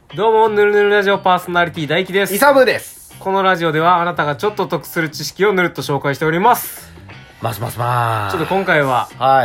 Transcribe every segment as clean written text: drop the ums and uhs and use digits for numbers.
どうも、ぬるぬるラジオパーソナリティ大輝です。 イサブです。 このラジオではあなたがちょっと得する知識をぬるっと紹介しております。 ますますまーちょっと今回は、 はい。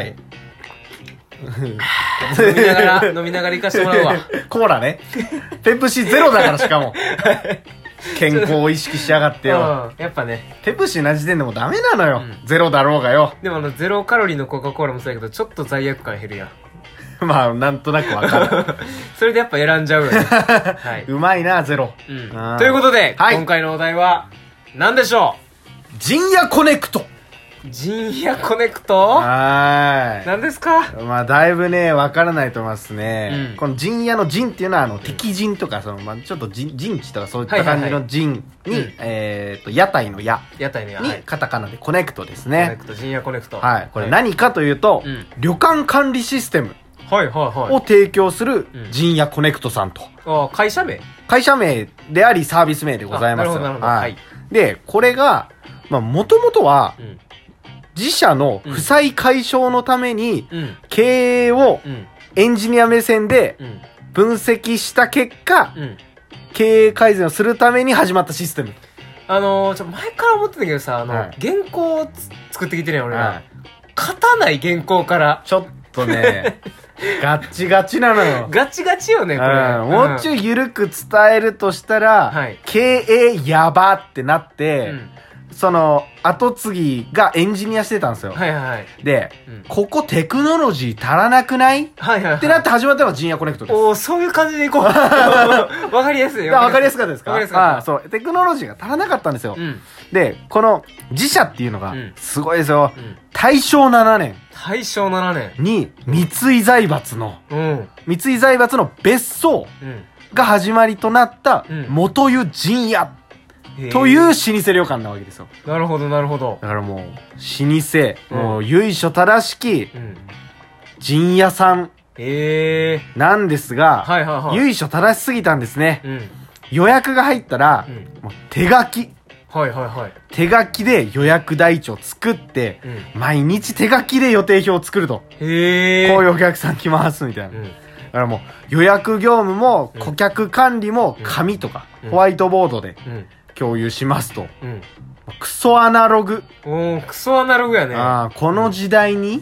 飲みながら行かしてもらうわ。 コーラね。ペプシゼロだからしかも。健康を意識しやがってよ。 やっぱね。 ペプシな時点でもダメなのよ。 うん、 ゼロだろうがよ。 でもゼロカロリーのコカ・コーラもそうやけど、ちょっと罪悪感減るやん。 まあ、なんとなくわかる。 それでやっぱ選んじゃうよね。はい。 うまいな、ゼロ。 うん。ということで、 はい、 今回のお題は、何でしょう？陣屋コネクト。 陣屋コネクト？ はーい。 何ですか？ まあ、だいぶね、わからないと思いますね。 うん、 この陣屋の陣っていうのは、敵陣とか、まあ、ちょっと陣地とかそういった感じの陣に、屋台の屋。 屋台の屋。 に、カタカナでコネクトですね。 コネクト、陣屋コネクト。 はい。これ何かというと、旅館管理システムを提供する陣屋コネクトさんと。 会社名？ 会社名でありサービス名でございます。 なるほど、なるほど。 はい。で、これが、まあ、もともとは、自社の負債解消のために、経営をエンジニア目線で分析した結果、経営改善をするために始まったシステム。 前から思ってたけどさ、原稿を作ってきてるやん、俺ら。勝たない原稿から。 ちょっとね、ガッチガチなのよ。 ガチガチよね、これ。 もうちょい緩く伝えるとしたら、経営やばってなって、後継ぎがエンジニアしてたんですよ。 はいはい。 で、ここテクノロジー足らなくない？はいはい。ってなって始まったのが陣屋コネクトです。 おー、そういう感じでいこう。わかりやすいよ。 わかりやすかったですか？ わかりやすかった。 そう。テクノロジーが足らなかったんですよ。で、この自社っていうのが、すごいですよ。大正7年。 大正7年。 に、三井財閥の、三井財閥の別荘が始まりとなった元湯陣屋という老舗旅館なわけですよ。 なるほどなるほど。 だからもう老舗、もう由緒正しき陣屋さんなんですが、由緒正しすぎたんですね。予約が入ったらもう手書き。手書きで予約台帳作って、毎日手書きで予定表を作ると。こういうお客さん来ますみたいな。だからもう予約業務も顧客管理も紙とかホワイトボードで共有しますと。クソアナログ。 クソアナログやね。 この時代に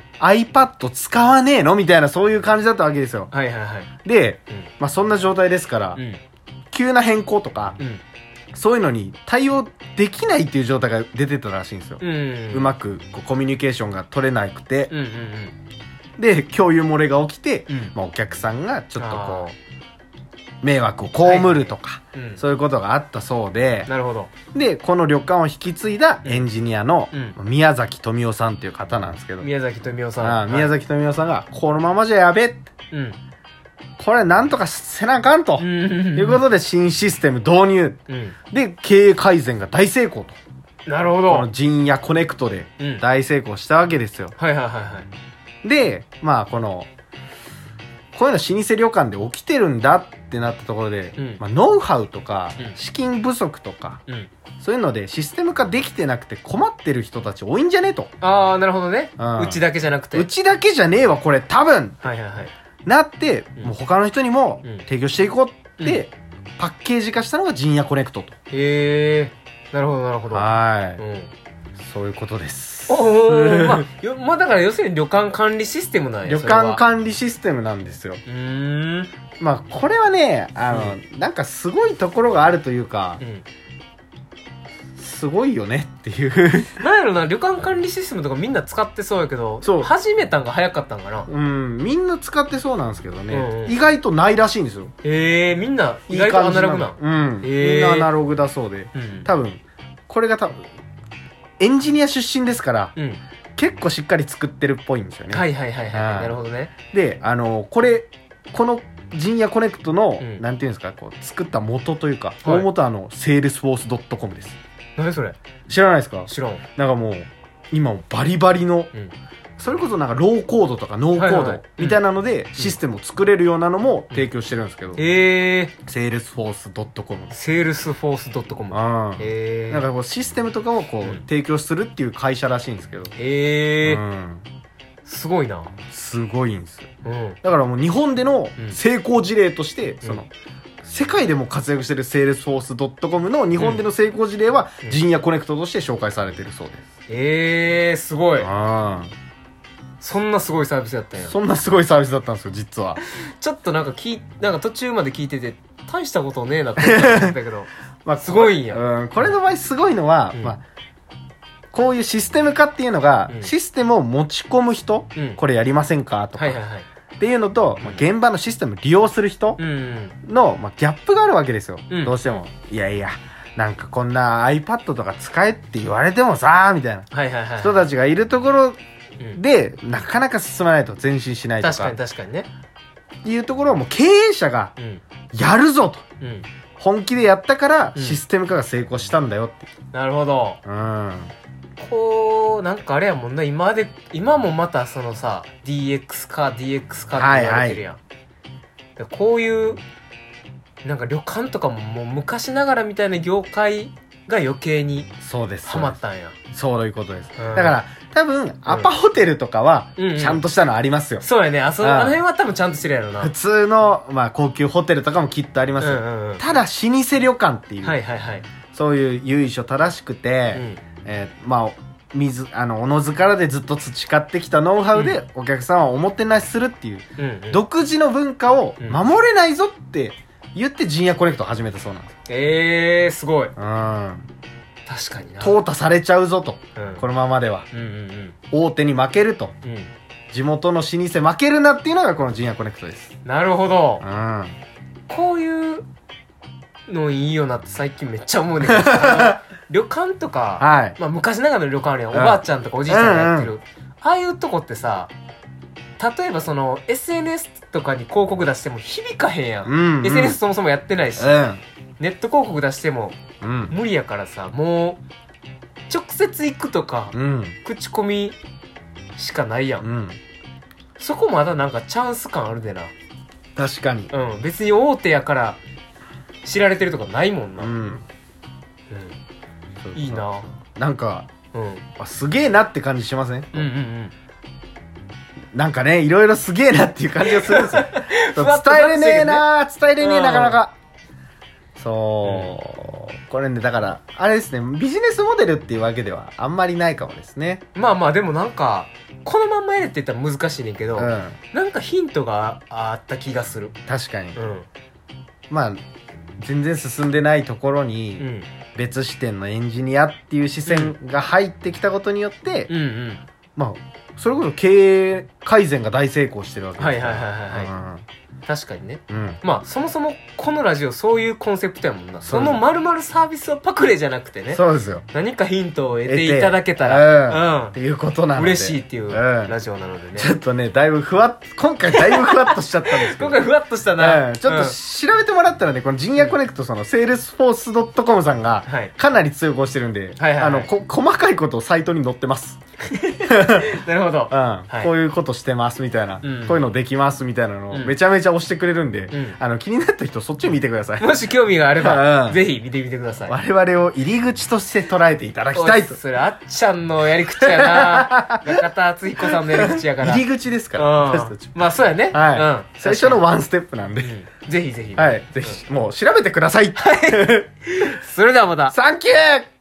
iPad 使わねえのみたいなそういう感じだったわけですよ。で、まあそんな状態ですから、急な変更とか、そういうのに対応できないっていう状態が出てたらしいんですよ。うまくコミュニケーションが取れなくて。で、共有漏れが起きて、まあお客さんがちょっとこう、迷惑を被るとか、そういうことがあったそうで、 なるほど。 で、この旅館を引き継いだエンジニアの宮崎富夫さんっていう方なんですけど、 宮崎富夫さん。 宮崎富夫さんが、このままじゃやべって、これなんとかせなあかんということで新システム導入、で経営改善が大成功と。 なるほど。 この陣屋コネクトで大成功したわけですよ。で、まあこういうの老舗旅館で起きてるんだってなったところで、まあ、ノウハウとか資金不足とか、そういうのでシステム化できてなくて困ってる人たち多いんじゃねえと。 なるほどね。うちだけじゃなくて。 うちだけじゃねえわこれ多分。なって、もう他の人にも提供していこうって、パッケージ化したのが陣屋コネクトと。 なるほどなるほど。 そういうことです。 まあだから要するに旅館管理システムなんや。 旅館管理システムなんですよ。まあこれはね、なんかすごいところがあるというか、すごいよねっていうなんやろな、旅館管理システムとかみんな使ってそうやけど、始めたんが早かったんかな。 みんな使ってそうなんですけどね、意外とないらしいんですよ。 みんな意外とアナログな。 みんなアナログだそうで、多分これがエンジニア出身ですから、結構しっかり作ってるっぽいんですよね。なるほどね。で、この陣屋コネクトの、なんていうんですか、こう作った元というか、大元はsalesforce.com です。 何それ？ 知らないですか？ 知らん。 なんかもう今もバリバリの、それこそなんかローコードとかノーコードみたいなのでシステムを作れるようなのも提供してるんですけど、salesforce.com。 salesforce.com。 なんかこうシステムとかをこう提供するっていう会社らしいんですけど、 すごいな。 すごいんですよ。だからもう日本での成功事例として、 世界でも活躍してるセールスフォース .com の日本での成功事例は、陣屋コネクトとして紹介されてるそうです。すごい。そんなすごいサービスだったんや。 そんなすごいサービスだったんですよ、実は。 ちょっとなんか途中まで聞いてて、大したことねえなって思ったけど、まあすごいんや。 これの場合すごいのは、まあ、こういうシステム化っていうのが、システムを持ち込む人、これやりませんかとか、っていうのと、現場のシステムを利用する人の、ギャップがあるわけですよ。どうしても。いやいや、なんかこんな iPad とか使えって言われてもさ、みたいな人たちがいるところで、なかなか進まないと、前進しないとか。 確かにね。 っていうところをもう経営者が、やるぞと。本気でやったから、システム化が成功したんだよって。 なるほど。こう、なんかあれやもんな、今もまたそのさ、DX 化って言われてるやん。こういう、なんか旅館とかももう昔ながらみたいな業界が余計にハマったんや。 そういうことです。だから、多分、アパホテルとかは、ちゃんとしたのありますよ。 そうやね。あの辺は多分ちゃんとしてるやろな。 普通の、まあ、高級ホテルとかもきっとありますよ。ただ、老舗旅館っていう、そういう由緒正しくて、まあ、おのずからでずっと培ってきたノウハウで、お客さんをおもてなしするっていう、独自の文化を守れないぞって言って、陣屋コネクトを始めたそうなんです。すごい。確かにな。 淘汰されちゃうぞと。このままでは。大手に負けると。地元の老舗負けるなっていうのがこの陣屋コネクトです。 なるほど。こういうのいいよなって最近めっちゃ思うねんけど。旅館とか、まあ昔ながらの旅館あるやん。おばあちゃんとかおじいちゃんがやってる。ああいうとこってさ、例えばその SNS とかに広告出しても響かへんやん。SNS そもそもやってないし。ネット広告出しても無理やからさ、もう直接行くとか、口コミしかないやん。そこまだなんかチャンス感あるでな。 確かに。 別に大手やから知られてるとかないもんな。いいな。 なんか、すげえなって感じしません？なんかね、いろいろすげえなっていう感じがするんですよ。伝えれねえな、なかなか。そう。これね、だから、あれですね、ビジネスモデルっていうわけではあんまりないかもですね。 まあまあ、でもなんか、このまんまやれって言ったら難しいねんけど、なんかヒントがあった気がする。 確かに。まあ、全然進んでないところに、別視点のエンジニアっていう視線が入ってきたことによって、まあ、それこそ経営改善が大成功してるわけですから。 確かにね。まあ、そもそもこのラジオそういうコンセプトやもんな。その丸々サービスはパクレじゃなくてね。 そうですよ。 何かヒントを得ていただけたら、 っていうことなので。 嬉しいっていうラジオなのでね。 ちょっとね、今回だいぶふわっとしちゃったんですけど。 今回ふわっとしたな。 ちょっと調べてもらったらね、この陣屋コネクト、その、セールスフォース .com さんが、かなり強く押してるんで、細かいことをサイトに載ってます。 なるほど。 こういうことしてますみたいな、こういうのできますみたいなのをめちゃめちゃ押してくれるんで、気になった人そっち見てください。 もし興味があれば、ぜひ見てみてください。 我々を入り口として捉えていただきたいと。 それあっちゃんのやり口やな。中田敦彦さんのやり口やから。 入り口ですから、私たち。 まあそうやね。 最初のワンステップなんで。 ぜひぜひ。 ぜひ、もう調べてください。 それではまた。 サンキュー。